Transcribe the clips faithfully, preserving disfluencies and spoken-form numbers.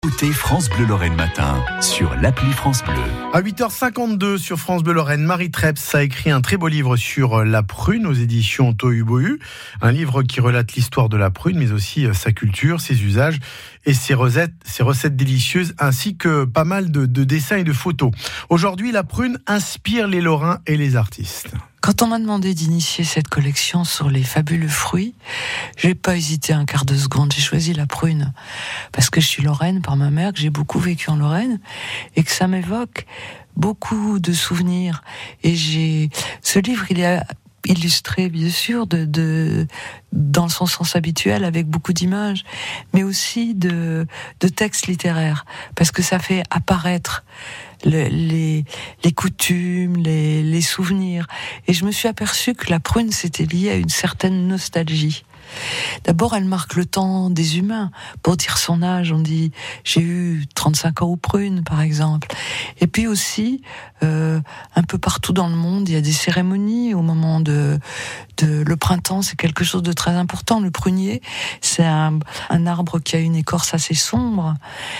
Écoutez France Bleu Lorraine Matin sur l'appli France Bleu. À huit heures cinquante-deux sur France Bleu Lorraine, Marie Treps a écrit un très beau livre sur la prune aux éditions Tohu Bohu. Un livre qui relate l'histoire de la prune, mais aussi sa culture, ses usages et ses recettes, ses recettes délicieuses, ainsi que pas mal de, de dessins et de photos. Aujourd'hui, la prune inspire les Lorrains et les artistes. Quand on m'a demandé d'initier cette collection sur les fabuleux fruits, j'ai pas hésité un quart de seconde. J'ai choisi la prune parce que je suis lorraine par ma mère, que j'ai beaucoup vécu en Lorraine et que ça m'évoque beaucoup de souvenirs. Et j'ai ce livre, il est illustré bien sûr de, de dans son sens habituel avec beaucoup d'images, mais aussi de de textes littéraires parce que ça fait apparaître Le, les, les coutumes, les, les souvenirs. Et je me suis aperçue que la prune, c'était lié à une certaine nostalgie. D'abord, elle marque le temps des humains. Pour dire son âge, on dit « j'ai eu trente-cinq ans aux prunes », par exemple. Et puis aussi, euh, un peu partout dans le monde, il y a des cérémonies au moment de... de le printemps, c'est quelque chose de très important. Le prunier, c'est un, un arbre qui a une écorce assez sombre.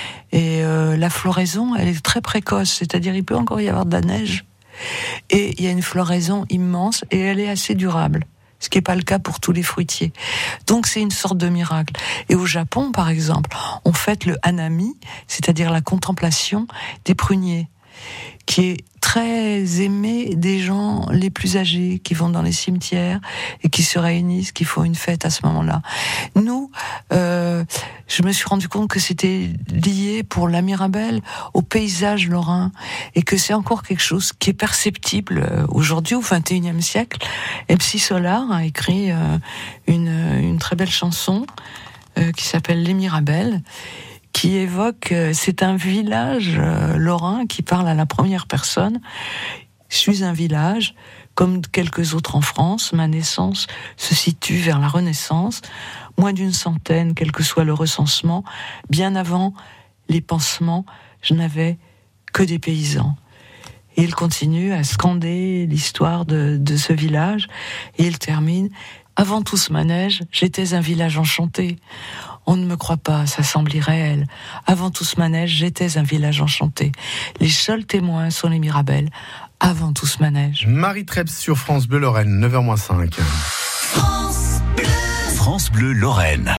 Et euh, la floraison, elle est très précoce. C'est-à-dire, il peut encore y avoir de la neige. Et il y a une floraison immense et elle est assez durable. Ce qui n'est pas le cas pour tous les fruitiers. Donc c'est une sorte de miracle. Et au Japon, par exemple, on fête le hanami, c'est-à-dire la contemplation des pruniers, qui est très aimé des gens les plus âgés, qui vont dans les cimetières et qui se réunissent, qui font une fête à ce moment-là. Nous, euh, je me suis rendu compte que c'était lié pour la Mirabelle au paysage lorrain et que c'est encore quelque chose qui est perceptible aujourd'hui au vingt et unième siècle. M C Solar a écrit euh, une, une très belle chanson euh, qui s'appelle Les Mirabelles, qui évoque, c'est un village euh, lorrain qui parle à la première personne. Je suis un village, comme quelques autres en France. Ma naissance se situe vers la Renaissance, moins d'une centaine, quel que soit le recensement. Bien avant les pansements, je n'avais que des paysans. Et il continue à scander l'histoire de, de ce village, et il termine « Avant tout ce manège, j'étais un village enchanté. On ne me croit pas, ça semble irréel. Avant tout ce manège, j'étais un village enchanté. Les seuls témoins sont les Mirabelles. Avant tout ce manège. » Marie Treps sur France Bleu Lorraine, neuf heures moins cinq. France Bleu, France Bleu Lorraine.